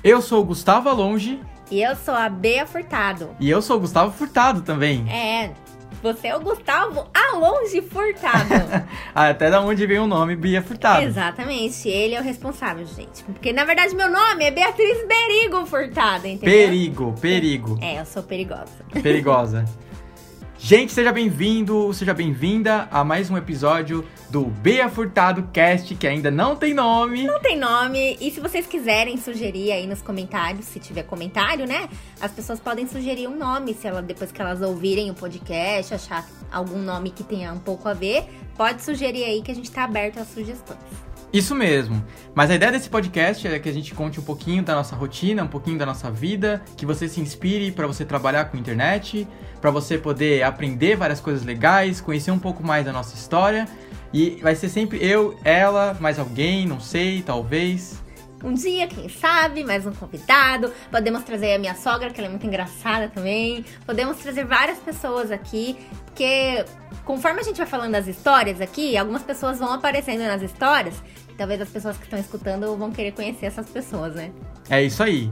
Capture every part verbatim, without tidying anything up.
Eu sou o Gustavo Alonge. E eu sou a Bea Furtado. E eu sou o Gustavo Furtado também. É, você é o Gustavo Alonge Furtado. Até da onde vem o nome Bea Furtado. Exatamente, ele é o responsável, gente. Porque, na verdade, meu nome é Beatriz Berigo Furtado, entendeu? Perigo, perigo. É, eu sou perigosa. Perigosa. Gente, seja bem-vindo, seja bem-vinda a mais um episódio do Bea Furtado Cast, que ainda não tem nome. Não tem nome, e se vocês quiserem sugerir aí nos comentários, se tiver comentário, né? As pessoas podem sugerir um nome, se ela, depois que elas ouvirem o podcast, achar algum nome que tenha um pouco a ver, pode sugerir aí que a gente tá aberto às sugestões. Isso mesmo. Mas a ideia desse podcast é que a gente conte um pouquinho da nossa rotina, um pouquinho da nossa vida, que você se inspire para você trabalhar com internet, para você poder aprender várias coisas legais, conhecer um pouco mais da nossa história. E vai ser sempre eu, ela, mais alguém, não sei, talvez. Um dia, quem sabe, mais um convidado. Podemos trazer a minha sogra, que ela é muito engraçada também. Podemos trazer várias pessoas aqui, porque conforme a gente vai falando das histórias aqui, algumas pessoas vão aparecendo nas histórias. Talvez as pessoas que estão escutando vão querer conhecer essas pessoas, né? É isso aí.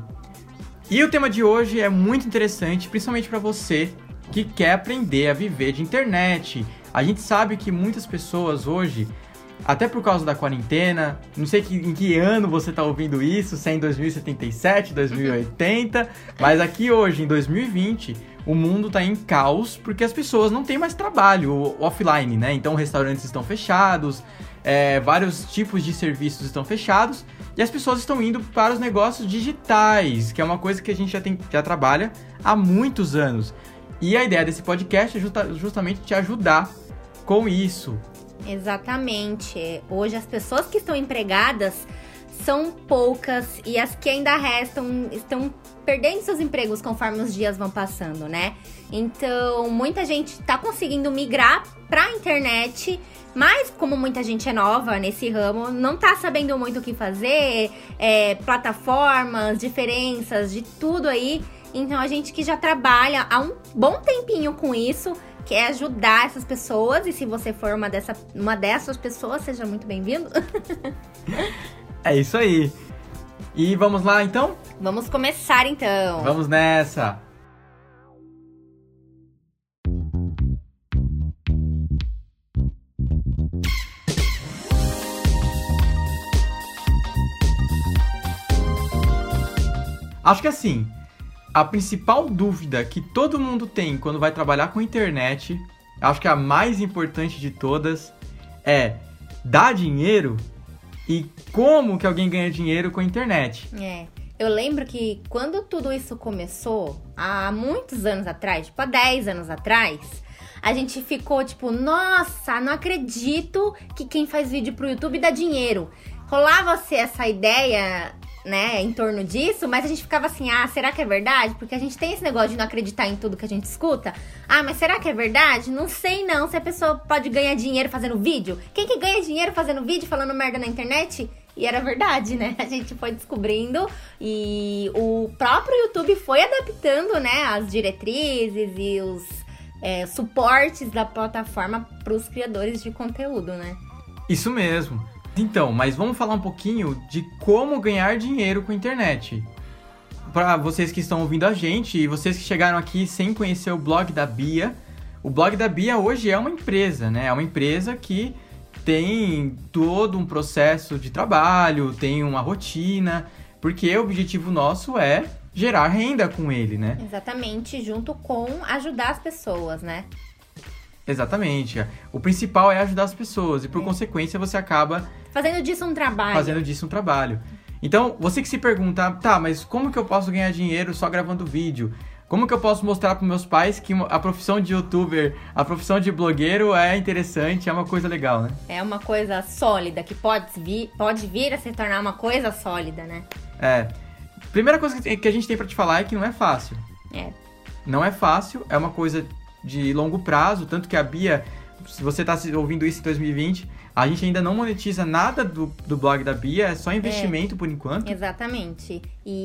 E o tema de hoje é muito interessante, principalmente para você que quer aprender a viver de internet. A gente sabe que muitas pessoas hoje, até por causa da quarentena, não sei que, em que ano você está ouvindo isso, se é em dois mil e setenta e sete, dois mil e oitenta, mas aqui hoje, em dois mil e vinte, o mundo está em caos porque as pessoas não têm mais trabalho offline, né? Então, restaurantes estão fechados, é, vários tipos de serviços estão fechados e as pessoas estão indo para os negócios digitais, que é uma coisa que a gente já, tem, já trabalha há muitos anos. E a ideia desse podcast é justa, justamente te ajudar com isso. Exatamente. Hoje as pessoas que estão empregadas são poucas e as que ainda restam estão perdendo seus empregos conforme os dias vão passando, né? Então, muita gente tá conseguindo migrar pra internet, mas como muita gente é nova nesse ramo, não tá sabendo muito o que fazer, é, plataformas, diferenças, de tudo aí. Então, a gente que já trabalha há um bom tempinho com isso, quer ajudar essas pessoas. E se você for uma, dessa, uma dessas pessoas, seja muito bem-vindo. É isso aí. E vamos lá, então? Vamos começar, então. Vamos nessa. Acho que assim, a principal dúvida que todo mundo tem quando vai trabalhar com internet, acho que a mais importante de todas, é: dá dinheiro? E como que alguém ganha dinheiro com a internet? É, eu lembro que quando tudo isso começou, há muitos anos atrás, tipo há dez anos atrás, a gente ficou tipo, nossa, não acredito que quem faz vídeo pro YouTube dá dinheiro. Rolava-se essa ideia, né, em torno disso, mas a gente ficava assim, ah, será que é verdade? Porque a gente tem esse negócio de não acreditar em tudo que a gente escuta. Ah, mas será que é verdade? Não sei não, se a pessoa pode ganhar dinheiro fazendo vídeo. Quem que ganha dinheiro fazendo vídeo, falando merda na internet? E era verdade, né? A gente foi descobrindo e o próprio YouTube foi adaptando, né, as diretrizes e os é, suportes da plataforma para os criadores de conteúdo, né? Isso mesmo. Então, mas vamos falar um pouquinho de como ganhar dinheiro com a internet. Para vocês que estão ouvindo a gente e vocês que chegaram aqui sem conhecer o blog da Bea, o blog da Bea hoje é uma empresa, né? É uma empresa que tem todo um processo de trabalho, tem uma rotina, porque o objetivo nosso é gerar renda com ele, né? Exatamente, junto com ajudar as pessoas, né? Exatamente. O principal é ajudar as pessoas e, por é. consequência, você acaba fazendo disso um trabalho. Fazendo disso um trabalho. Então, você que se pergunta, tá, mas como que eu posso ganhar dinheiro só gravando vídeo? Como que eu posso mostrar para meus pais que a profissão de youtuber, a profissão de blogueiro é interessante, é uma coisa legal, né? É uma coisa sólida, que pode vir, pode vir a se tornar uma coisa sólida, né? É. Primeira coisa que a gente tem para te falar é que não é fácil. É. Não é fácil, é uma coisa de longo prazo, tanto que a Bea, se você está ouvindo isso em dois mil e vinte, a gente ainda não monetiza nada do, do blog da Bea, é só investimento é, por enquanto. Exatamente.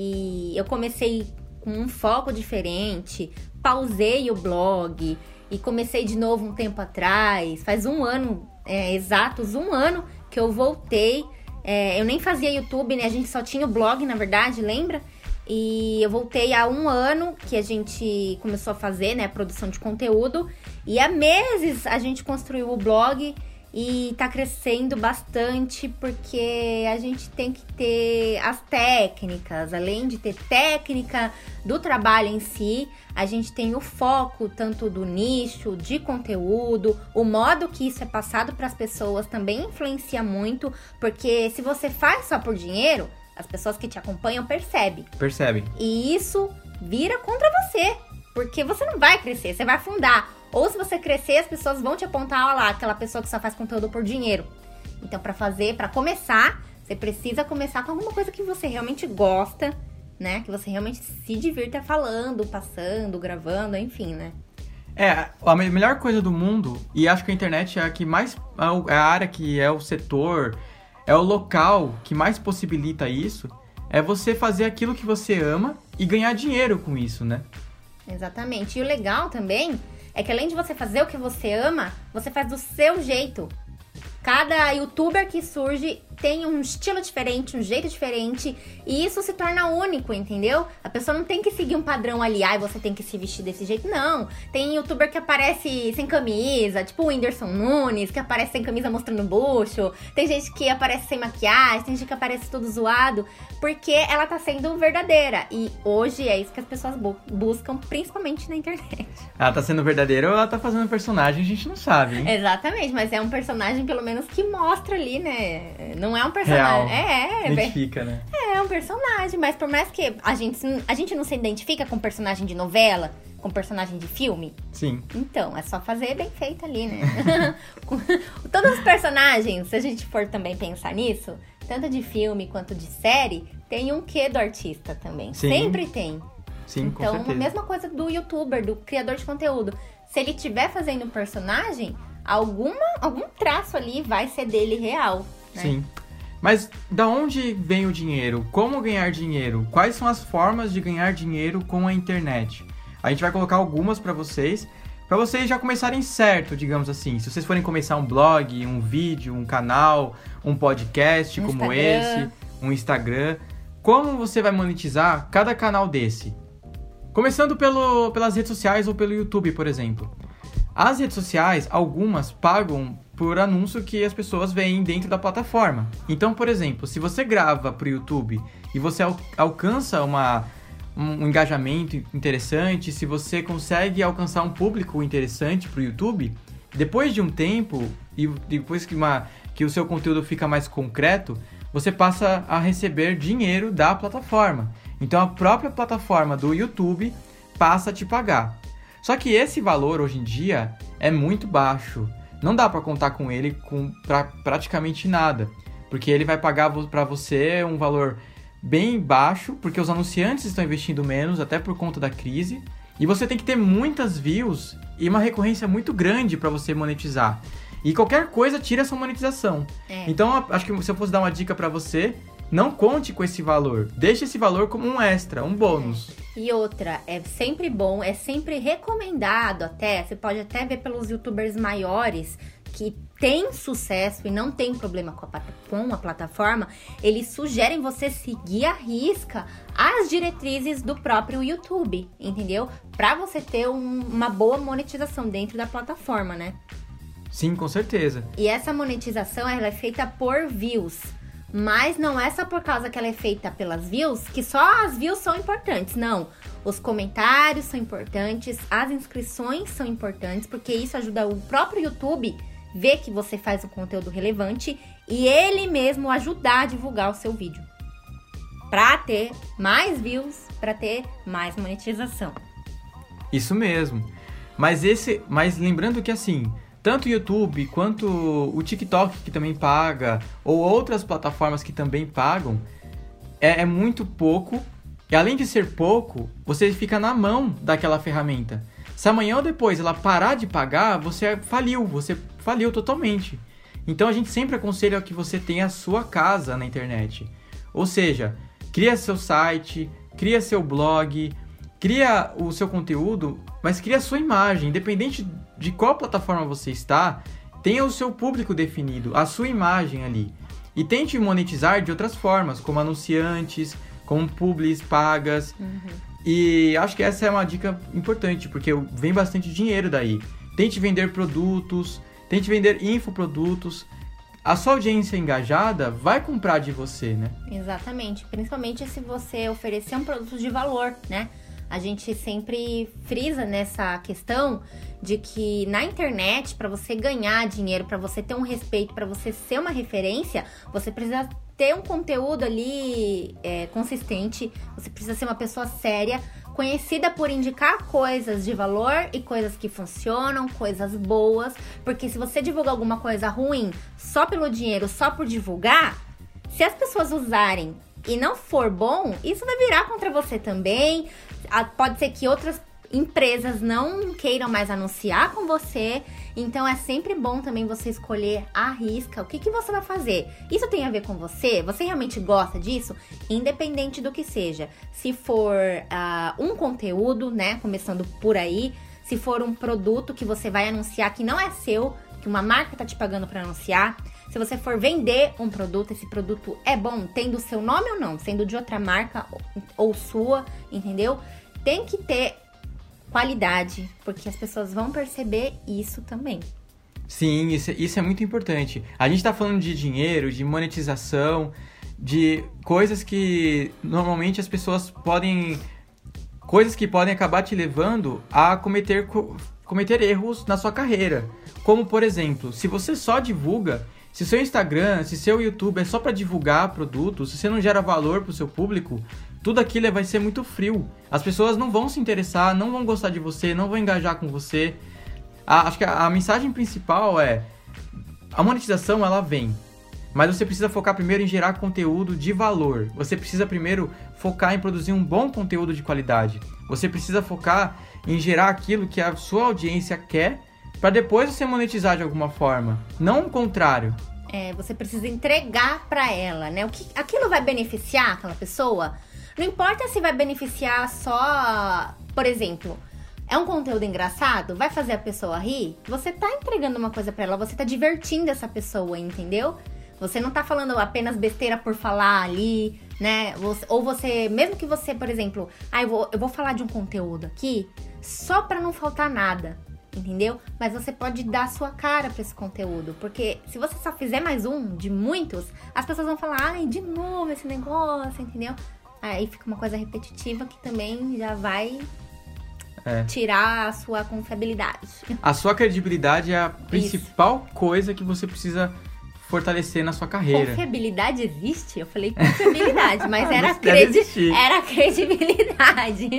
E eu comecei com um foco diferente, pausei o blog e comecei de novo um tempo atrás, faz um ano, é, exatos um ano que eu voltei. É, eu nem fazia YouTube, né? A gente só tinha o blog, na verdade, lembra? E eu voltei há um ano que a gente começou a fazer, né, produção de conteúdo. E há meses a gente construiu o blog e tá crescendo bastante porque a gente tem que ter as técnicas. Além de ter técnica do trabalho em si, a gente tem o foco tanto do nicho, de conteúdo, o modo que isso é passado para as pessoas também influencia muito, porque se você faz só por dinheiro, as pessoas que te acompanham percebem. Percebem. E isso vira contra você, porque você não vai crescer, você vai afundar. Ou se você crescer, as pessoas vão te apontar, olha lá, aquela pessoa que só faz conteúdo por dinheiro. Então, para fazer, para começar, você precisa começar com alguma coisa que você realmente gosta, né? Que você realmente se divirta falando, passando, gravando, enfim, né? É, a melhor coisa do mundo, e acho que a internet é a que mais, é a área que é o setor, é o local que mais possibilita isso, é você fazer aquilo que você ama e ganhar dinheiro com isso, né? Exatamente. E o legal também é que além de você fazer o que você ama, você faz do seu jeito. Cada youtuber que surge tem um estilo diferente, um jeito diferente, e isso se torna único, entendeu? A pessoa não tem que seguir um padrão ali, ai, você tem que se vestir desse jeito, não. Tem youtuber que aparece sem camisa, tipo o Whindersson Nunes, que aparece sem camisa mostrando bucho. Tem gente que aparece sem maquiagem, tem gente que aparece todo zoado, porque ela tá sendo verdadeira. E hoje é isso que as pessoas bu- buscam, principalmente na internet. Ela tá sendo verdadeira ou ela tá fazendo um personagem, a gente não sabe, hein? Exatamente, mas é um personagem, pelo menos, que mostra ali, né? Não é um personagem. Real. É, é. Identifica, né? É um personagem, mas por mais que a gente, a gente não se identifica com personagem de novela, com personagem de filme, Sim. então é só fazer bem feito ali, né? Todos os personagens, se a gente for também pensar nisso, tanto de filme quanto de série, tem um quê do artista também. Sim. Sempre tem. Sim, então, com certeza. a mesma coisa do youtuber, do criador de conteúdo. Se ele estiver fazendo um personagem, alguma, algum traço ali vai ser dele real, né? Sim. Mas da onde vem o dinheiro? Como ganhar dinheiro? Quais são as formas de ganhar dinheiro com a internet? A gente vai colocar algumas para vocês, para vocês já começarem certo, digamos assim. Se vocês forem começar um blog, um vídeo, um canal, um podcast Um como Instagram. esse, um Instagram, como você vai monetizar cada canal desse? Começando pelo, pelas redes sociais ou pelo YouTube, por exemplo. As redes sociais, algumas pagam por anúncio que as pessoas veem dentro da plataforma. Então, por exemplo, se você grava para o YouTube e você al- alcança uma, um engajamento interessante, se você consegue alcançar um público interessante para o YouTube, depois de um tempo, e depois que, uma, que o seu conteúdo fica mais concreto, você passa a receber dinheiro da plataforma. Então, a própria plataforma do YouTube passa a te pagar. Só que esse valor, hoje em dia, é muito baixo. Não dá para contar com ele com pra praticamente nada. Porque ele vai pagar para você um valor bem baixo, porque os anunciantes estão investindo menos, até por conta da crise. E você tem que ter muitas views e uma recorrência muito grande para você monetizar. E qualquer coisa tira essa monetização. É. Então, acho que se eu fosse dar uma dica para você, não conte com esse valor. Deixe esse valor como um extra, um bônus. E outra, é sempre bom, é sempre recomendado até, você pode até ver pelos youtubers maiores que têm sucesso e não tem problema com a, plat- com a plataforma, eles sugerem você seguir à risca as diretrizes do próprio YouTube, entendeu? Pra você ter um- uma boa monetização dentro da plataforma, né? Sim, com certeza. E essa monetização, ela é feita por views. Mas não é só por causa que ela é feita pelas views, que só as views são importantes, não. Os comentários são importantes, as inscrições são importantes, porque isso ajuda o próprio YouTube ver que você faz um conteúdo relevante e ele mesmo ajudar a divulgar o seu vídeo. Pra ter mais views, pra ter mais monetização. Isso mesmo. Mas esse, mas lembrando que assim, tanto o YouTube quanto o TikTok, que também paga, ou outras plataformas que também pagam, é, é muito pouco. E além de ser pouco, você fica na mão daquela ferramenta. Se amanhã ou depois ela parar de pagar, você faliu, você faliu totalmente. Então a gente sempre aconselha que você tenha a sua casa na internet. Ou seja, cria seu site, cria seu blog, cria o seu conteúdo, mas cria a sua imagem. Independente de qual plataforma você está, tenha o seu público definido, a sua imagem ali. E tente monetizar de outras formas, como anunciantes, com publis pagas. Uhum. E acho que essa é uma dica importante, porque vem bastante dinheiro daí. Tente vender produtos, tente vender infoprodutos. A sua audiência engajada vai comprar de você, né? Exatamente. Principalmente se você oferecer um produto de valor, né? A gente sempre frisa nessa questão de que na internet, para você ganhar dinheiro, para você ter um respeito, para você ser uma referência, você precisa ter um conteúdo ali é, consistente, você precisa ser uma pessoa séria, conhecida por indicar coisas de valor e coisas que funcionam, coisas boas, porque se você divulga alguma coisa ruim só pelo dinheiro, só por divulgar, se as pessoas usarem e não for bom, isso vai virar contra você também. Pode ser que outras empresas não queiram mais anunciar com você. Então é sempre bom também você escolher à risca o que, que você vai fazer. Isso tem a ver com você? Você realmente gosta disso? Independente do que seja. Se for uh, um conteúdo, né? Começando por aí. Se for um produto que você vai anunciar que não é seu, que uma marca tá te pagando para anunciar. Se você for vender um produto, esse produto é bom, tendo o seu nome ou não, sendo de outra marca ou sua, entendeu? Tem que ter qualidade, porque as pessoas vão perceber isso também. Sim, isso, isso é muito importante. A gente tá falando de dinheiro, de monetização, de coisas que normalmente as pessoas podem... Coisas que podem acabar te levando a cometer, cometer erros na sua carreira. Como, por exemplo, se você só divulga... Se seu Instagram, se seu YouTube é só para divulgar produtos, se você não gera valor pro seu público, tudo aquilo vai ser muito frio. As pessoas não vão se interessar, não vão gostar de você, não vão engajar com você. A, acho que a, a mensagem principal é... A monetização, ela vem. Mas você precisa focar primeiro em gerar conteúdo de valor. Você precisa primeiro focar em produzir um bom conteúdo de qualidade. Você precisa focar em gerar aquilo que a sua audiência quer, para depois você monetizar de alguma forma. Não o contrário. É, você precisa entregar para ela, né? O que, aquilo vai beneficiar aquela pessoa? Não importa se vai beneficiar só... Por exemplo, é um conteúdo engraçado? Vai fazer a pessoa rir? Você tá entregando uma coisa para ela, você tá divertindo essa pessoa, entendeu? Você não tá falando apenas besteira por falar ali, né? Ou você, mesmo que você, por exemplo... Ah, eu vou, eu vou falar de um conteúdo aqui só para não faltar nada. Entendeu? Mas você pode dar a sua cara pra esse conteúdo. Porque se você só fizer mais um de muitos, as pessoas vão falar, ai, de novo esse negócio, entendeu? Aí fica uma coisa repetitiva que também já vai é. tirar a sua confiabilidade. A sua credibilidade é a principal Isso. coisa que você precisa fortalecer na sua carreira. Confiabilidade existe? Eu falei confiabilidade, mas era, credi- era credibilidade.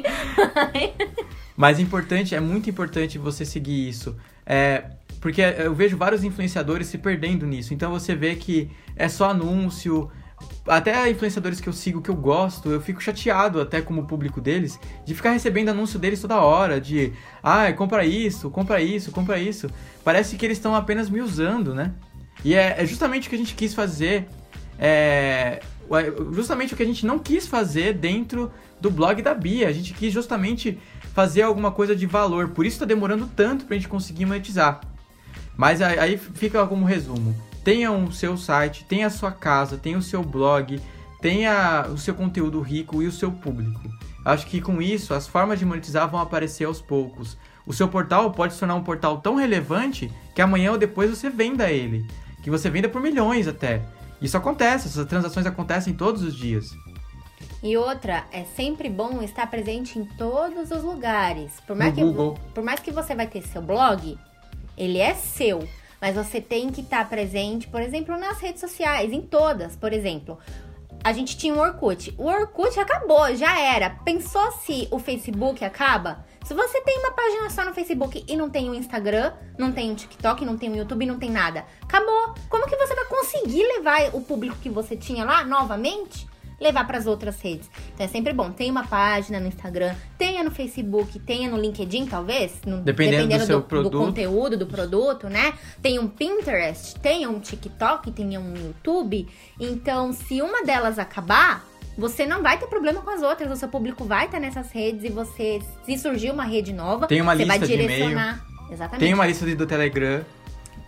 Mas é importante, é muito importante você seguir isso. É, porque eu vejo vários influenciadores se perdendo nisso. Então você vê que é só anúncio. Até influenciadores que eu sigo, que eu gosto, eu fico chateado até como público deles, de ficar recebendo anúncio deles toda hora, de ah, compra isso, compra isso, compra isso. Parece que eles estão apenas me usando, né? E é, é justamente o que a gente quis fazer, é, justamente o que a gente não quis fazer dentro do blog da Bia. A gente quis justamente fazer alguma coisa de valor, por isso está demorando tanto pra gente conseguir monetizar. Mas aí fica como resumo: tenha o seu site, tenha a sua casa, tenha o seu blog, tenha o seu conteúdo rico e o seu público. Acho que com isso as formas de monetizar vão aparecer aos poucos. O seu portal pode se tornar um portal tão relevante que amanhã ou depois você venda ele, que você venda por milhões até. Isso acontece, essas transações acontecem todos os dias. E outra, é sempre bom estar presente em todos os lugares. Por mais, que, por mais que você vai ter seu blog, ele é seu. Mas você tem que estar presente, por exemplo, nas redes sociais, em todas. Por exemplo, a gente tinha o Orkut. O Orkut acabou, já era. Pensou se o Facebook acaba? Se você tem uma página só no Facebook e não tem o Instagram, não tem o TikTok, não tem o YouTube, não tem nada, acabou. Como que você vai conseguir levar o público que você tinha lá novamente? Levar para as outras redes. Então é sempre bom. Tenha uma página no Instagram, tenha no Facebook, tenha no LinkedIn, talvez. No, dependendo, dependendo do, seu do, do conteúdo, do produto, né? Tenha um Pinterest, tenha um TikTok, tenha um YouTube. Então, se uma delas acabar, você não vai ter problema com as outras. O seu público vai estar nessas redes e você, se surgir uma rede nova, tem uma você lista vai direcionar. De e-mail. Exatamente. Tem uma lista do Telegram.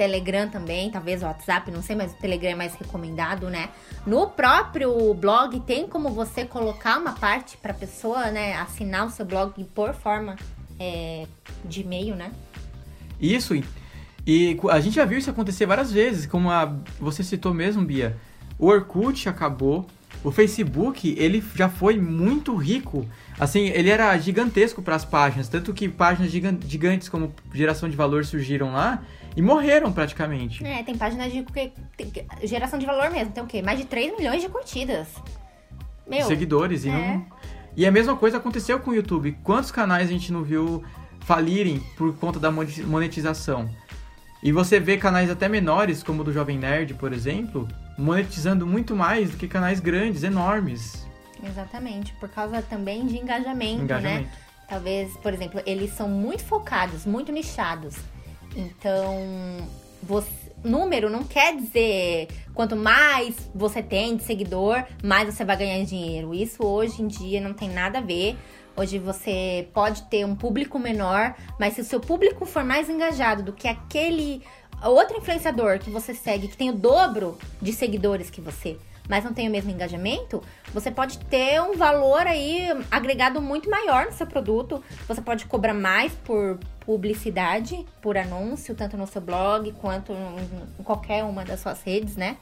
Telegram também, talvez o WhatsApp, não sei, mas o Telegram é mais recomendado, né? No próprio blog tem como você colocar uma parte pra pessoa, né, assinar o seu blog por forma é, de e-mail, né? Isso, e a gente já viu isso acontecer várias vezes, como a, você citou mesmo, Bia. O Orkut acabou, o Facebook, ele já foi muito rico. Assim, ele era gigantesco para as páginas, tanto que páginas gigantes como Geração de Valor surgiram lá e morreram praticamente. É, tem páginas de geração de valor mesmo, tem o quê? Mais de três milhões de curtidas. Meu, seguidores. E, é. não... e a mesma coisa aconteceu com o YouTube. Quantos canais a gente não viu falirem por conta da monetização? E você vê canais até menores, como o do Jovem Nerd, por exemplo, monetizando muito mais do que canais grandes, enormes. Exatamente, por causa também de engajamento, engajamento. né? Talvez, por exemplo, eles são muito focados, muito nichados. Então, você, número não quer dizer quanto mais você tem de seguidor, mais você vai ganhar dinheiro. Isso hoje em dia não tem nada a ver. Hoje você pode ter um público menor, mas se o seu público for mais engajado do que aquele outro influenciador que você segue, que tem o dobro de seguidores que você, mas não tem o mesmo engajamento, você pode ter um valor aí agregado muito maior no seu produto. Você pode cobrar mais por publicidade, por anúncio, tanto no seu blog quanto em qualquer uma das suas redes, né?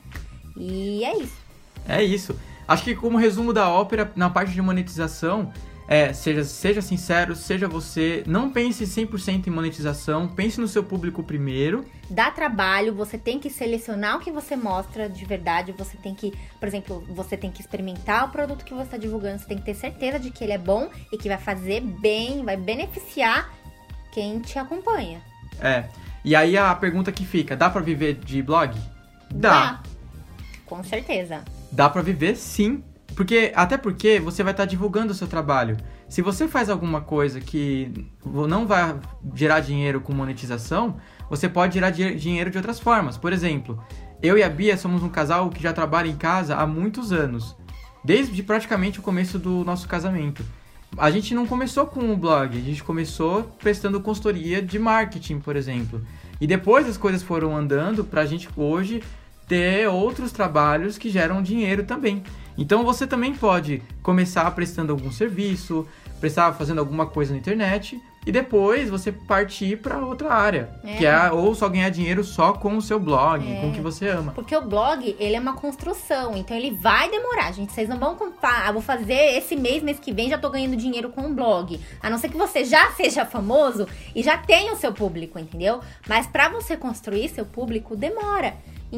E é isso. É isso. Acho que como resumo da ópera, na parte de monetização, é, seja, seja sincero, seja você, não pense cem por cento em monetização, pense no seu público primeiro. Dá trabalho, você tem que selecionar o que você mostra de verdade, você tem que, por exemplo, você tem que experimentar o produto que você está divulgando, você tem que ter certeza de que ele é bom e que vai fazer bem, vai beneficiar quem te acompanha. É, e aí a pergunta que fica, dá pra viver de blog? Dá. Dá. Com certeza. Dá pra viver, sim. Porque, até porque você vai estar divulgando o seu trabalho. Se você faz alguma coisa que não vai gerar dinheiro com monetização, você pode gerar di- dinheiro de outras formas. Por exemplo, eu e a Bia somos um casal que já trabalha em casa há muitos anos. Desde praticamente o começo do nosso casamento. A gente não começou com o blog, a gente começou prestando consultoria de marketing, por exemplo. E depois as coisas foram andando pra gente hoje ter outros trabalhos que geram dinheiro também. Então você também pode começar prestando algum serviço, prestar fazendo alguma coisa na internet e depois você partir para outra área, é. que é ou só ganhar dinheiro só com o seu blog, é. com o que você ama. Porque o blog, ele é uma construção, então ele vai demorar, gente. Vocês não vão comprar, ah, vou fazer esse mês, mês que vem já tô ganhando dinheiro com o blog. A não ser que você já seja famoso e já tenha o seu público, entendeu? Mas para você construir seu público, demora.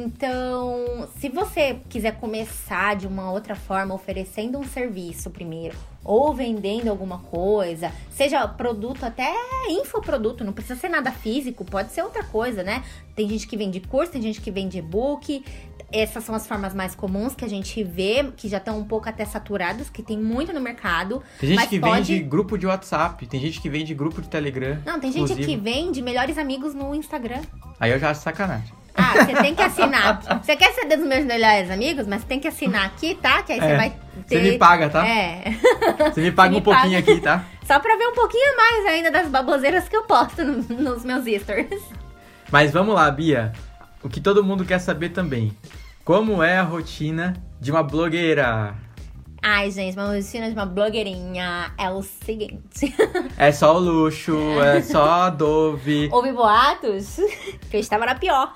Então, se você quiser começar de uma outra forma, oferecendo um serviço primeiro, ou vendendo alguma coisa, seja produto, até infoproduto, não precisa ser nada físico, pode ser outra coisa, né? Tem gente que vende curso, tem gente que vende e-book, essas são as formas mais comuns que a gente vê, que já estão um pouco até saturadas, que tem muito no mercado. Tem gente mas que pode... vende grupo de WhatsApp, tem gente que vende grupo de Telegram. Não, tem gente que vende melhores amigos no Instagram. Aí eu já acho sacanagem. Ah, você tem que assinar. Você quer ser dos meus melhores amigos? Mas você tem que assinar aqui, tá? Que aí é, você vai ter... Você me paga, tá? É. Você me paga você um me pouquinho paga. aqui, tá? Só pra ver um pouquinho mais ainda das baboseiras que eu posto no, nos meus stories. Mas vamos lá, Bia. O que todo mundo quer saber também. Como é a rotina de uma blogueira? Ai, gente, uma rotina de uma blogueirinha é o seguinte. É só o luxo, é só a Dove. Houve boatos que eu estava na pior.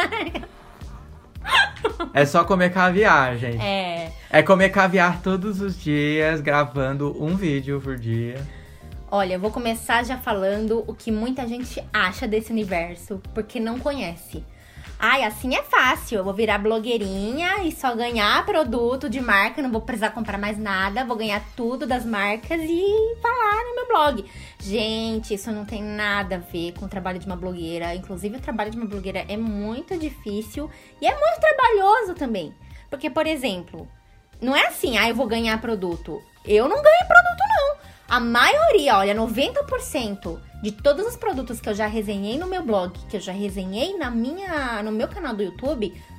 É só comer caviar, gente. É. É comer caviar todos os dias, gravando um vídeo por dia. Olha, eu vou começar já falando o que muita gente acha desse universo, porque não conhece. Ai, assim é fácil, eu vou virar blogueirinha e só ganhar produto de marca, não vou precisar comprar mais nada, vou ganhar tudo das marcas e falar no meu blog. Gente, isso não tem nada a ver com o trabalho de uma blogueira. Inclusive, o trabalho de uma blogueira é muito difícil e é muito trabalhoso também. Porque, por exemplo, não é assim, ah, eu vou ganhar produto. Eu não ganho produto, não. A maioria, olha, noventa por cento de todos os produtos que eu já resenhei no meu blog, que eu já resenhei na minha, no meu canal do YouTube,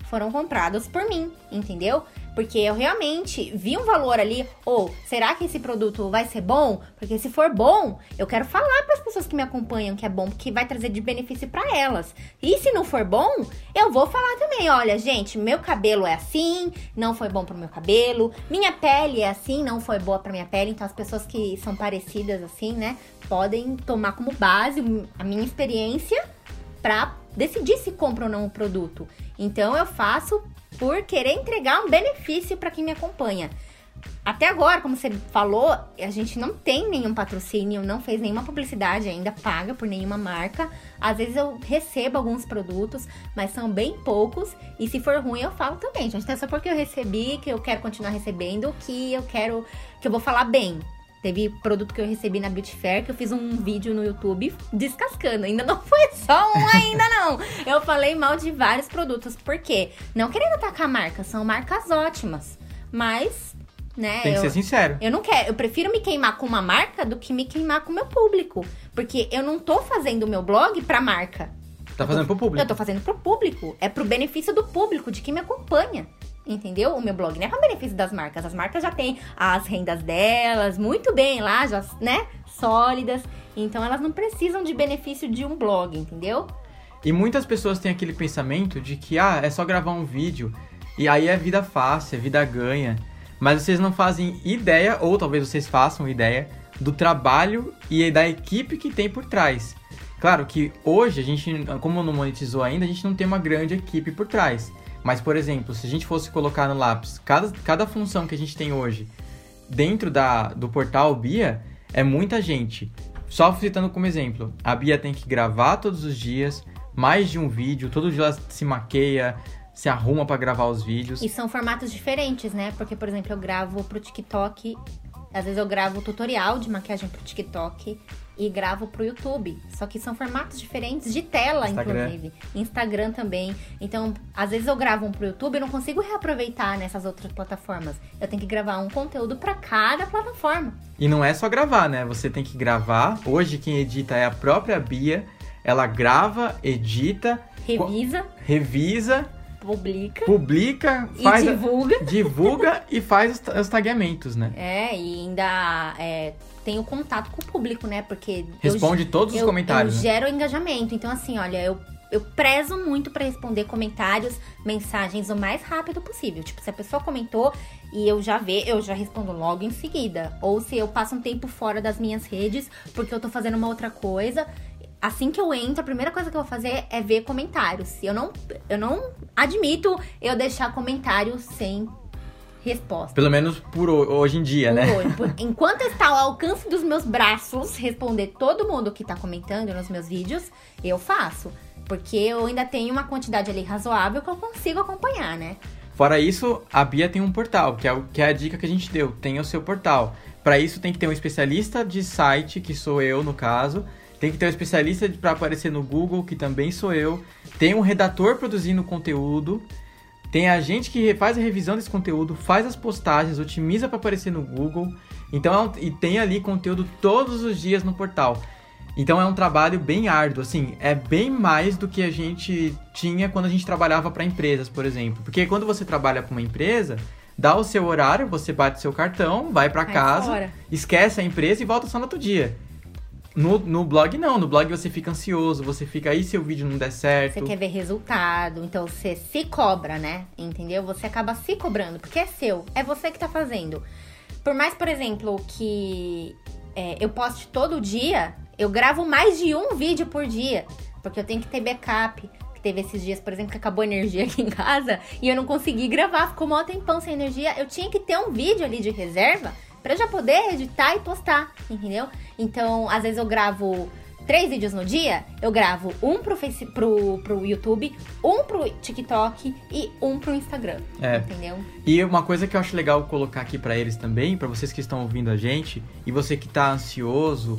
foram comprados por mim, entendeu? Porque eu realmente vi um valor ali, ou será que esse produto vai ser bom? Porque se for bom, eu quero falar para as pessoas que me acompanham que é bom, porque vai trazer de benefício para elas. E se não for bom, eu vou falar também, olha, gente, meu cabelo é assim, não foi bom pro meu cabelo, minha pele é assim, não foi boa pra minha pele, então as pessoas que são parecidas assim, né, podem tomar como base a minha experiência pra decidir se compra ou não o produto. Então eu faço por querer entregar um benefício para quem me acompanha. Até agora, como você falou, a gente não tem nenhum patrocínio, não fez nenhuma publicidade ainda paga por nenhuma marca. Às vezes eu recebo alguns produtos, mas são bem poucos. E se for ruim, eu falo também, gente. Então é só porque eu recebi, que eu quero continuar recebendo, que eu quero, que eu vou falar bem. Teve produto que eu recebi na Beauty Fair, que eu fiz um vídeo no YouTube descascando. Ainda não foi só um ainda, não. Eu falei mal de vários produtos. Por quê? Não querendo atacar marcas, são marcas ótimas. Mas, né... Tem que eu, ser sincero. Eu não quero. Eu prefiro me queimar com uma marca do que me queimar com o meu público. Porque eu não tô fazendo o meu blog pra marca. Tá fazendo pro público. Eu tô fazendo pro público. É pro benefício do público, de quem me acompanha. Entendeu? O meu blog não é para benefício das marcas. As marcas já têm as rendas delas muito bem lá, já, né? Sólidas. Então, elas não precisam de benefício de um blog, entendeu? E muitas pessoas têm aquele pensamento de que, ah, é só gravar um vídeo. E aí é vida fácil, é vida ganha. Mas vocês não fazem ideia, ou talvez vocês façam ideia, do trabalho e da equipe que tem por trás. Claro que hoje, a gente, como não monetizou ainda, a gente não tem uma grande equipe por trás. Mas, por exemplo, se a gente fosse colocar no lápis cada, cada função que a gente tem hoje dentro da, do portal Bia, é muita gente. Só citando como exemplo, a Bia tem que gravar todos os dias, mais de um vídeo, todo dia ela se maqueia, se arruma pra gravar os vídeos. E são formatos diferentes, né? Porque, por exemplo, eu gravo pro TikTok, às vezes eu gravo tutorial de maquiagem pro TikTok e gravo pro YouTube. Só que são formatos diferentes de tela, Instagram. Inclusive. Instagram também. Então, às vezes eu gravo um pro YouTube e não consigo reaproveitar nessas outras plataformas. Eu tenho que gravar um conteúdo pra cada plataforma. E não é só gravar, né? Você tem que gravar. Hoje quem edita é a própria Bia. Ela grava, edita... Revisa. Co- revisa. Publica. Publica. E faz divulga. A, divulga e faz os, os tagueamentos, né? É, e ainda... É, tem o contato com o público, né? Porque responde eu, todos os eu, comentários. Eu né? gero engajamento. Então, assim, olha, eu, eu prezo muito pra responder comentários, mensagens o mais rápido possível. Tipo, se a pessoa comentou e eu já ver, eu já respondo logo em seguida. Ou se eu passo um tempo fora das minhas redes porque eu tô fazendo uma outra coisa. Assim que eu entro, a primeira coisa que eu vou fazer é ver comentários. Eu não, eu não admito eu deixar comentários sem resposta. Pelo menos por hoje em dia, por né? Hoje. Por, enquanto está ao alcance dos meus braços responder todo mundo que tá comentando nos meus vídeos, eu faço. Porque eu ainda tenho uma quantidade ali razoável que eu consigo acompanhar, né? Fora isso, a Bia tem um portal, que é, o, que é a dica que a gente deu. Tem o seu portal. Para isso tem que ter um especialista de site, que sou eu no caso. Tem que ter um especialista para aparecer no Google, que também sou eu. Tem um redator produzindo conteúdo. Tem a gente que faz a revisão desse conteúdo, faz as postagens, otimiza para aparecer no Google. Então, e tem ali conteúdo todos os dias no portal. Então é um trabalho bem árduo, assim, é bem mais do que a gente tinha quando a gente trabalhava para empresas, por exemplo. Porque quando você trabalha para uma empresa, dá o seu horário, você bate seu cartão, vai para casa, fora. Esquece a empresa e volta só no outro dia. No, no blog não, no blog você fica ansioso, você fica aí se o vídeo não der certo. Você quer ver resultado, então você se cobra, né? Entendeu? Você acaba se cobrando, porque é seu, é você que tá fazendo. Por mais, por exemplo, que é, eu poste todo dia, eu gravo mais de um vídeo por dia, porque eu tenho que ter backup. Teve esses dias, por exemplo, que acabou a energia aqui em casa e eu não consegui gravar, ficou mó tempão sem energia. Eu tinha que ter um vídeo ali de reserva pra eu já poder editar e postar, entendeu? Então, às vezes eu gravo três vídeos no dia, eu gravo um pro, face, pro, pro YouTube, um pro TikTok e um pro Instagram, é. Entendeu? E uma coisa que eu acho legal colocar aqui pra eles também, pra vocês que estão ouvindo a gente, e você que tá ansioso,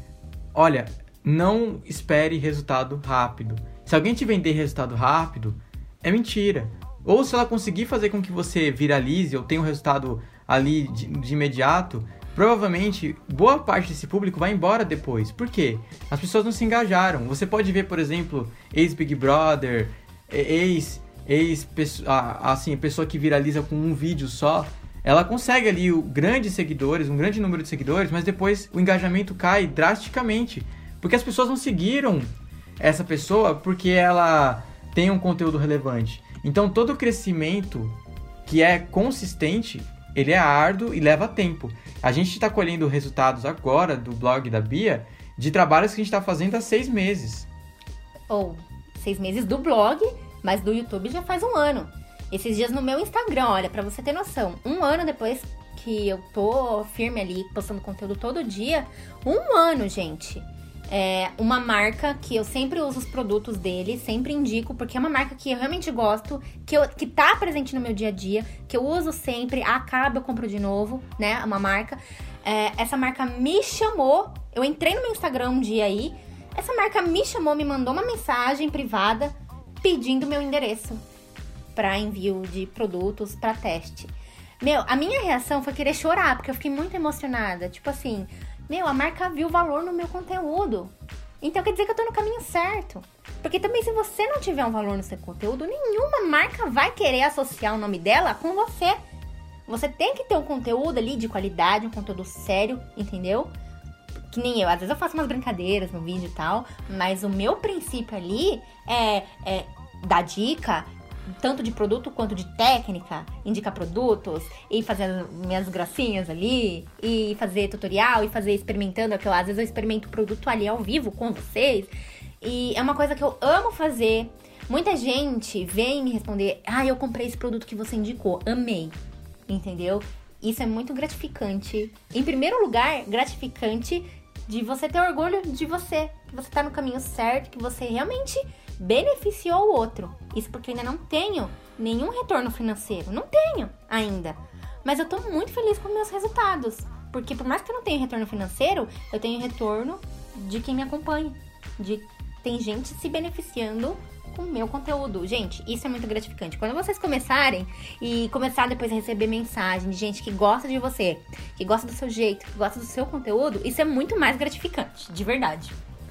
olha, não espere resultado rápido. Se alguém te vender resultado rápido, é mentira. Ou se ela conseguir fazer com que você viralize ou tenha um resultado ali de, de imediato, provavelmente boa parte desse público vai embora depois. Por quê? As pessoas não se engajaram. Você pode ver, por exemplo, ex-Big Brother, ex ex assim, pessoa que viraliza com um vídeo só, ela consegue ali o grandes seguidores, um grande número de seguidores, mas depois o engajamento cai drasticamente, porque as pessoas não seguiram essa pessoa porque ela tem um conteúdo relevante. Então todo crescimento que é consistente, ele é árduo e leva tempo. A gente está colhendo resultados agora do blog da Bia de trabalhos que a gente está fazendo há seis meses. Ou seis meses do blog, mas do YouTube já faz um ano. Esses dias no meu Instagram, olha, pra você ter noção, um ano depois que eu tô firme ali, postando conteúdo todo dia, um ano, gente. É uma marca que eu sempre uso os produtos dele, sempre indico, porque é uma marca que eu realmente gosto, que, eu, que tá presente no meu dia a dia, que eu uso sempre, acaba, eu compro de novo, né, uma marca. É, essa marca me chamou, eu entrei no meu Instagram um dia aí, essa marca me chamou, me mandou uma mensagem privada pedindo meu endereço para envio de produtos para teste. Meu, a minha reação foi querer chorar, porque eu fiquei muito emocionada. Tipo assim, meu, a marca viu valor no meu conteúdo. Então quer dizer que eu tô no caminho certo. Porque também se você não tiver um valor no seu conteúdo, nenhuma marca vai querer associar o nome dela com você. Você tem que ter um conteúdo ali de qualidade, um conteúdo sério, entendeu? Que nem eu, às vezes eu faço umas brincadeiras no vídeo e tal, mas o meu princípio ali é, é dar dica, tanto de produto quanto de técnica, indicar produtos, e fazer as minhas gracinhas ali, e fazer tutorial, e fazer experimentando, que eu, às vezes eu experimento o produto ali ao vivo com vocês, e é uma coisa que eu amo fazer. Muita gente vem me responder, ah, eu comprei esse produto que você indicou, amei, entendeu? Isso é muito gratificante. Em primeiro lugar, gratificante de você ter orgulho de você, que você tá no caminho certo, que você realmente beneficiou o outro. Isso porque eu ainda não tenho nenhum retorno financeiro. Não tenho ainda. Mas eu tô muito feliz com meus resultados. Porque por mais que eu não tenha retorno financeiro, eu tenho retorno de quem me acompanha. De tem gente se beneficiando com o meu conteúdo. Gente, isso é muito gratificante. Quando vocês começarem e começar depois a receber mensagem de gente que gosta de você, que gosta do seu jeito, que gosta do seu conteúdo, isso é muito mais gratificante, de verdade.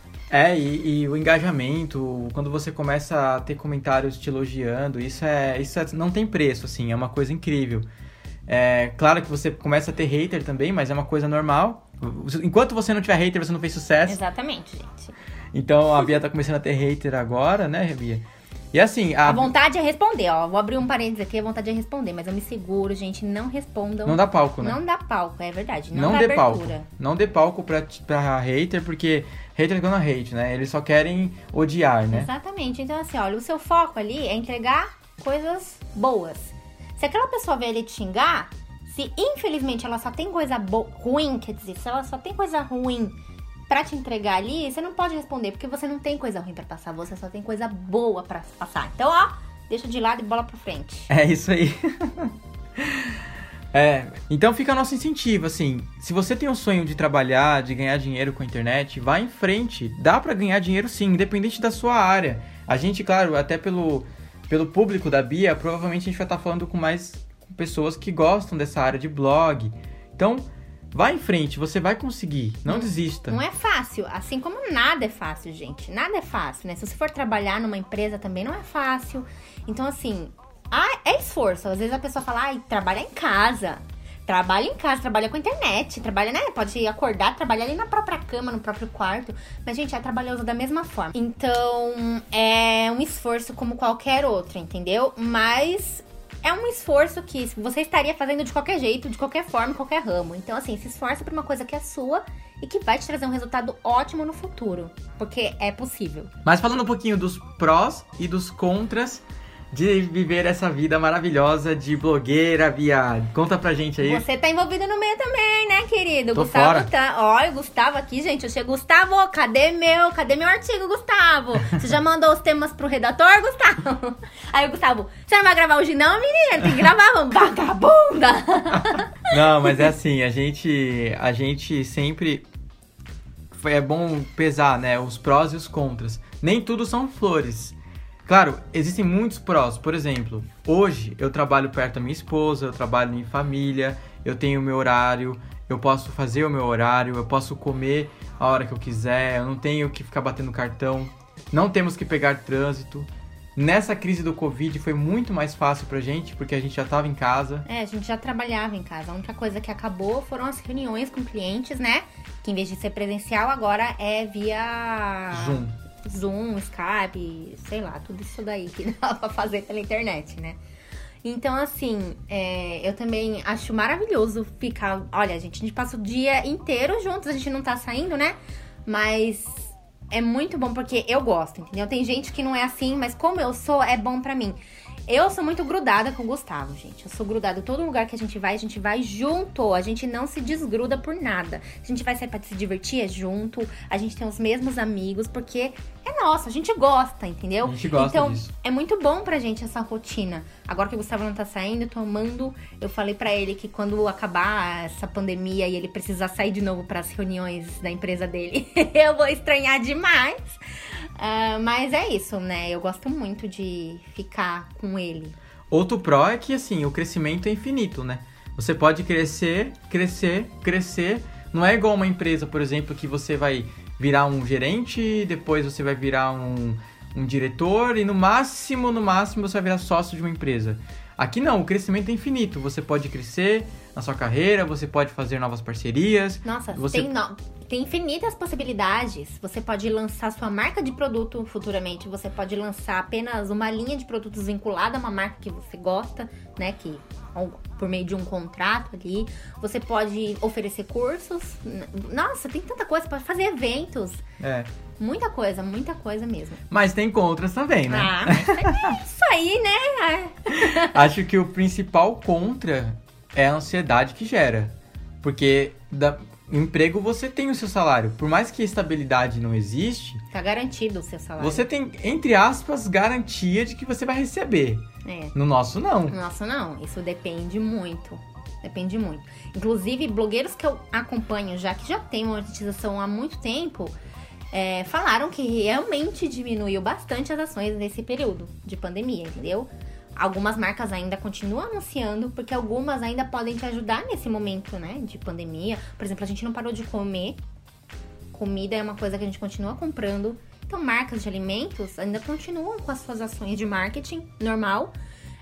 É, e, e o engajamento, quando você começa a ter comentários te elogiando, isso é, isso é, não tem preço, assim, é uma coisa incrível. É claro que você começa a ter hater também, mas é uma coisa normal. Enquanto você não tiver hater, você não fez sucesso. Exatamente, gente. Então a Bia tá começando a ter hater agora, né, Bia? E assim... A, a vontade é responder, ó. Vou abrir um parênteses aqui, a vontade é responder, mas eu me seguro, gente, não respondam. Não dá palco, né? Não dá palco, é verdade. Não, não dá dê abertura. Palco. Não dê palco pra, pra hater, porque hater gonna hate, né? Eles só querem odiar, né? Exatamente. Então assim, olha, o seu foco ali é entregar coisas boas. Se aquela pessoa vier ele te xingar, se infelizmente ela só tem coisa bo- ruim, quer dizer, se ela só tem coisa ruim pra te entregar ali, você não pode responder, porque você não tem coisa ruim pra passar, você só tem coisa boa pra passar. Então, ó, deixa de lado e bola pra frente. É isso aí. É, então fica nosso incentivo, assim, se você tem um sonho de trabalhar, de ganhar dinheiro com a internet, vá em frente, dá pra ganhar dinheiro sim, independente da sua área. A gente, claro, até pelo, pelo público da Bia, provavelmente a gente vai estar falando com mais pessoas que gostam dessa área de blog. Então, vá em frente, você vai conseguir, não, não desista. Não é fácil, assim como nada é fácil, gente. Nada é fácil, né? Se você for trabalhar numa empresa também não é fácil. Então, assim, ah, é esforço. Às vezes a pessoa fala, ai, trabalha em casa. Trabalha em casa, trabalha com a internet, trabalha, né? Pode acordar, trabalhar ali na própria cama, no próprio quarto. Mas, gente, é trabalhoso da mesma forma. Então, é um esforço como qualquer outro, entendeu? Mas é um esforço que você estaria fazendo de qualquer jeito, de qualquer forma, em qualquer ramo. Então, assim, se esforça por uma coisa que é sua e que vai te trazer um resultado ótimo no futuro. Porque é possível. Mas falando um pouquinho dos prós e dos contras de viver essa vida maravilhosa de blogueira, Bia. Conta pra gente aí. Você tá envolvido no meio também, né, querido? Tô Gustavo fora. tá. Olha, o Gustavo aqui, gente. Eu chego, Gustavo, cadê meu? Cadê meu artigo, Gustavo? Você já mandou os temas pro redator, Gustavo? Aí o Gustavo, você não vai gravar hoje não, menina? Tem que gravar, vamos. Vagabunda! Não, mas é assim, a gente, a gente sempre... É bom pesar, né, os prós e os contras. Nem tudo são flores. Claro, existem muitos prós. Por exemplo, hoje eu trabalho perto da minha esposa, eu trabalho em família, eu tenho o meu horário, eu posso fazer o meu horário, eu posso comer a hora que eu quiser, eu não tenho que ficar batendo cartão, não temos que pegar trânsito. Nessa crise do Covid foi muito mais fácil pra gente, porque a gente já tava em casa. É, a gente já trabalhava em casa. A única coisa que acabou foram as reuniões com clientes, né? Que em vez de ser presencial, agora é via... Zoom. Zoom, Skype, sei lá, tudo isso daí que dá pra fazer pela internet, né? Então, assim, é, eu também acho maravilhoso ficar... Olha, gente, a gente passa o dia inteiro juntos, a gente não tá saindo, né? Mas é muito bom porque eu gosto, entendeu? Tem gente que não é assim, mas como eu sou, é bom pra mim. Eu sou muito grudada com o Gustavo, gente. Eu sou grudada. Todo lugar que a gente vai, a gente vai junto. A gente não se desgruda por nada. A gente vai sair pra se divertir, é junto. A gente tem os mesmos amigos, porque é nosso. A gente gosta, entendeu? A gente gosta então, disso. É muito bom pra gente essa rotina. Agora que o Gustavo não tá saindo, eu tô amando. Eu falei pra ele que quando acabar essa pandemia e ele precisar sair de novo pras reuniões da empresa dele, eu vou estranhar demais. Uh, mas é isso, né? Eu gosto muito de ficar com ele. Outro pró é que, assim, o crescimento é infinito, né? Você pode crescer, crescer, crescer. Não é igual uma empresa, por exemplo, que você vai virar um gerente, depois você vai virar um, um diretor e no máximo, no máximo, você vai virar sócio de uma empresa. Aqui não, o crescimento é infinito. Você pode crescer na sua carreira, você pode fazer novas parcerias. Nossa, você... tem, no... tem infinitas possibilidades. Você pode lançar sua marca de produto futuramente. Você pode lançar apenas uma linha de produtos vinculada a uma marca que você gosta, né? Que por meio de um contrato ali. Você pode oferecer cursos. Nossa, tem tanta coisa. Pode fazer eventos. É. Muita coisa, muita coisa mesmo. Mas tem contras também, né? Ah, mas é isso aí, né? Acho que o principal contra é a ansiedade que gera. Porque da... emprego você tem o seu salário. Por mais que a estabilidade não existe... Tá garantido o seu salário. Você tem, entre aspas, garantia de que você vai receber. É. No nosso, não. No nosso, não. Isso depende muito. Depende muito. Inclusive, blogueiros que eu acompanho já, que já tem monetização há muito tempo... É, falaram que realmente diminuiu bastante as ações nesse período de pandemia, entendeu? Algumas marcas ainda continuam anunciando, porque algumas ainda podem te ajudar nesse momento, né, de pandemia. Por exemplo, a gente não parou de comer. Comida é uma coisa que a gente continua comprando. Então, marcas de alimentos ainda continuam com as suas ações de marketing normal.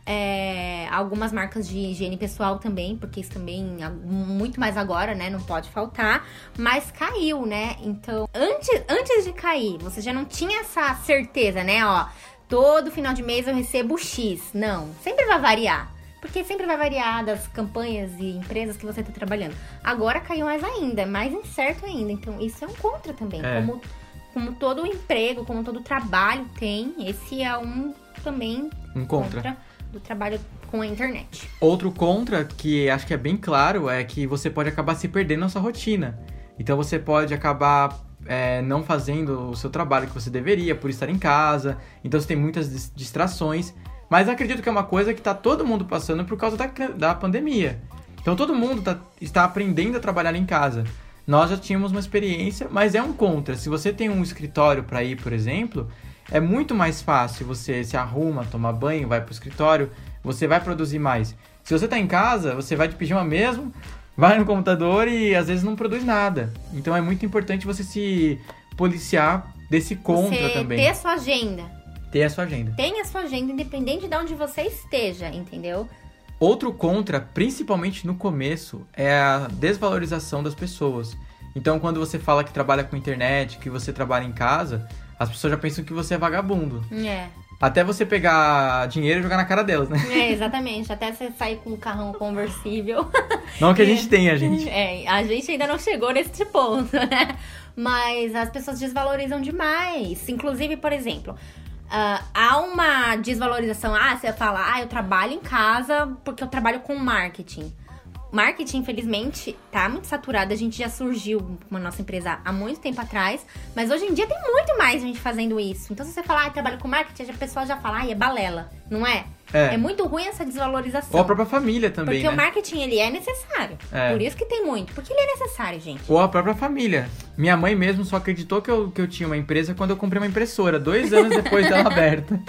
É, algumas marcas de higiene pessoal também, porque isso também, muito mais agora, né, não pode faltar, mas caiu, né, então, antes, antes de cair, você já não tinha essa certeza, né, ó, todo final de mês eu recebo X, não, sempre vai variar, porque sempre vai variar das campanhas e empresas que você tá trabalhando, agora caiu mais ainda, mais incerto ainda, então isso é um contra também, é. como, como todo emprego, como todo trabalho tem, esse é um também um contra. contra. do trabalho com a internet. Outro contra, que acho que é bem claro, é que você pode acabar se perdendo na sua rotina. Então você pode acabar é, não fazendo o seu trabalho que você deveria, por estar em casa. Então você tem muitas distrações. Mas acredito que é uma coisa que está todo mundo passando por causa da, da pandemia. Então todo mundo tá, está aprendendo a trabalhar em casa. Nós já tínhamos uma experiência, mas é um contra. Se você tem um escritório para ir, por exemplo... É muito mais fácil, você se arruma, toma banho, vai pro escritório, você vai produzir mais. Se você tá em casa, você vai de pijama mesmo, vai no computador e às vezes não produz nada. Então é muito importante você se policiar desse contra você também. Ter a sua agenda. Ter a sua agenda. Tenha a sua agenda, independente de onde você esteja, entendeu? Outro contra, principalmente no começo, é a desvalorização das pessoas. Então quando você fala que trabalha com internet, que você trabalha em casa... As pessoas já pensam que você é vagabundo. É. Até você pegar dinheiro e jogar na cara delas, né? É, exatamente. Até você sair com um carrão conversível. Não que a gente tenha, gente. É, a gente ainda não chegou nesse ponto, né? Mas as pessoas desvalorizam demais. Inclusive, por exemplo, uh, há uma desvalorização. Ah, você fala, ah, eu trabalho em casa porque eu trabalho com marketing. Marketing, infelizmente, tá muito saturado. A gente já surgiu com a nossa empresa há muito tempo atrás. Mas hoje em dia tem muito mais gente fazendo isso. Então, se você falar, ah, trabalho com marketing, a pessoa já fala, ah, é balela. Não é? É. É muito ruim essa desvalorização. Ou a própria família também, Porque né? o marketing, ele é necessário. É. Por isso que tem muito. Porque ele é necessário, gente. Ou a própria família. Minha mãe mesmo só acreditou que eu, que eu tinha uma empresa quando eu comprei uma impressora. Dois anos depois dela aberta.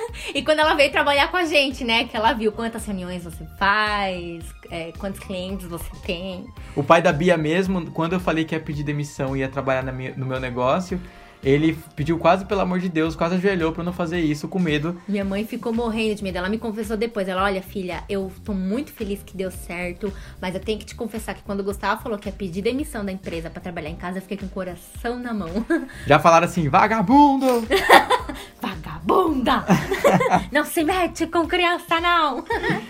E quando ela veio trabalhar com a gente, né? Que ela viu quantas reuniões você faz, é, quantos clientes você tem. O pai da Bia mesmo, quando eu falei que ia pedir demissão e ia trabalhar na minha, no meu negócio, ele pediu quase, pelo amor de Deus, quase ajoelhou pra não fazer isso com medo. Minha mãe ficou morrendo de medo. Ela me confessou depois. Ela, olha, filha, eu tô muito feliz que deu certo, mas eu tenho que te confessar que quando o Gustavo falou que ia pedir demissão da empresa pra trabalhar em casa, eu fiquei com o coração na mão. Já falaram assim, vagabundo! Vagabunda! Não se mete com criança, não!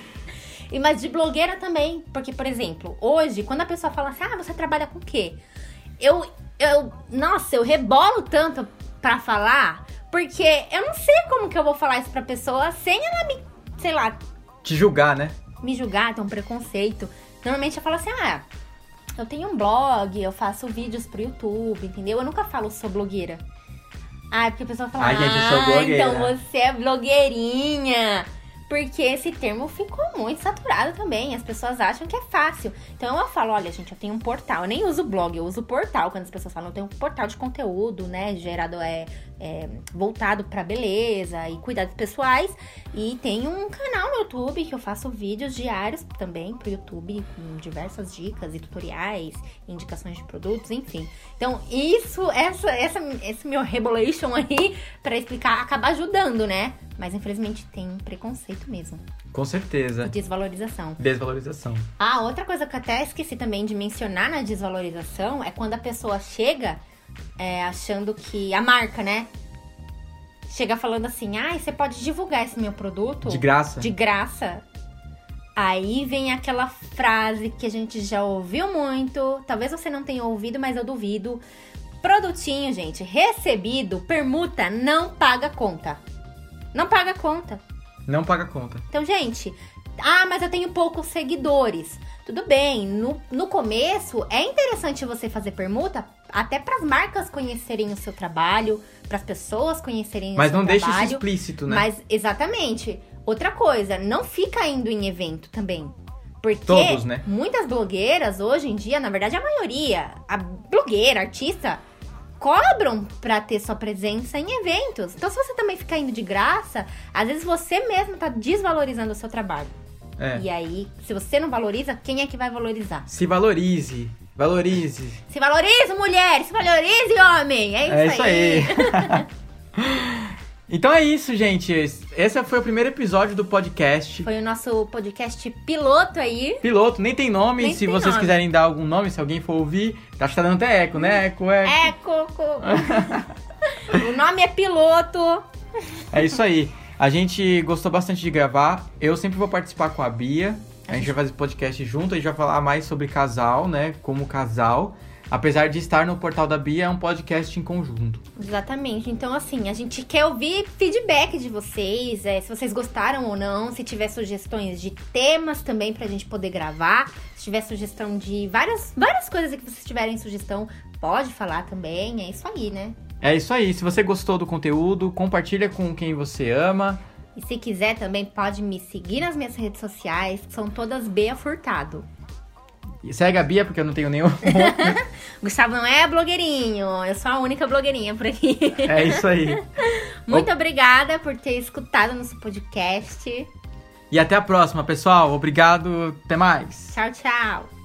E, mas de blogueira também. Porque, por exemplo, hoje, quando a pessoa fala assim, ah, você trabalha com o quê? Eu... Eu, nossa, eu rebolo tanto pra falar, porque eu não sei como que eu vou falar isso pra pessoa sem ela me, sei lá... Te julgar, né? Me julgar, ter um preconceito. Normalmente eu falo assim, ah, eu tenho um blog, eu faço vídeos pro YouTube, entendeu? Eu nunca falo sou blogueira. Ah, porque a pessoa fala, Ai, gente, eu sou ah, blogueira. então você é blogueirinha. Porque esse termo ficou muito saturado também. As pessoas acham que é fácil. Então eu falo, olha, gente, eu tenho um portal. Eu nem uso blog, eu uso portal. Quando as pessoas falam, eu tenho um portal de conteúdo, né? Gerado, é, é voltado pra beleza e cuidados pessoais. E tem um canal no YouTube que eu faço vídeos diários também pro YouTube, com diversas dicas e tutoriais, indicações de produtos, enfim. Então isso, essa, essa, esse meu rebolation aí, pra explicar, acaba ajudando, né? Mas, infelizmente, tem preconceito mesmo. Com certeza. E desvalorização. Desvalorização. Ah, outra coisa que eu até esqueci também de mencionar na desvalorização é quando a pessoa chega é, achando que... A marca, né? Chega falando assim, ah, você pode divulgar esse meu produto? De graça. De graça. Aí vem aquela frase que a gente já ouviu muito. Talvez você não tenha ouvido, mas eu duvido. Produtinho, gente, recebido, permuta, não paga conta. Não paga conta. Não paga conta. Então, gente, ah, mas eu tenho poucos seguidores. Tudo bem, no, no começo é interessante você fazer permuta até para as marcas conhecerem o seu trabalho, para as pessoas conhecerem mas o seu não trabalho. deixa isso explícito, né? Mas, exatamente. Outra coisa, não fica indo em evento também. Porque todos, né? Muitas blogueiras hoje em dia, na verdade a maioria, a blogueira, artista... cobram pra ter sua presença em eventos. Então, se você também ficar indo de graça, às vezes você mesmo tá desvalorizando o seu trabalho. É. E aí, se você não valoriza, quem é que vai valorizar? Se valorize. Valorize. Se valorize, mulher! Se valorize, homem! É isso, é isso aí. aí. Então é isso, gente. Esse foi o primeiro episódio do podcast. Foi o nosso podcast piloto aí. Piloto, nem tem nome. Nem se tem vocês nome. quiserem dar algum nome, se alguém for ouvir. Acho que tá dando até eco, né? Eco, eco. Eco, co. O nome é piloto. É isso aí. A gente gostou bastante de gravar. Eu sempre vou participar com a Bia. A gente vai fazer podcast junto. A gente vai falar mais sobre casal, né? Como casal. Apesar de estar no portal da Bia, é um podcast em conjunto. Exatamente. Então, assim, a gente quer ouvir feedback de vocês, é, se vocês gostaram ou não, se tiver sugestões de temas também pra gente poder gravar, se tiver sugestão de várias, várias coisas que vocês tiverem sugestão, pode falar também, é isso aí, né? É isso aí. Se você gostou do conteúdo, compartilha com quem você ama. E se quiser também, pode me seguir nas minhas redes sociais, que são todas Bea Furtado. E segue a Bia, porque eu não tenho nenhum. Gustavo não é blogueirinho, eu sou a única blogueirinha por aqui. É isso aí. Muito obrigada por ter escutado nosso podcast. E até a próxima, pessoal. Obrigado. Até mais. Tchau, tchau.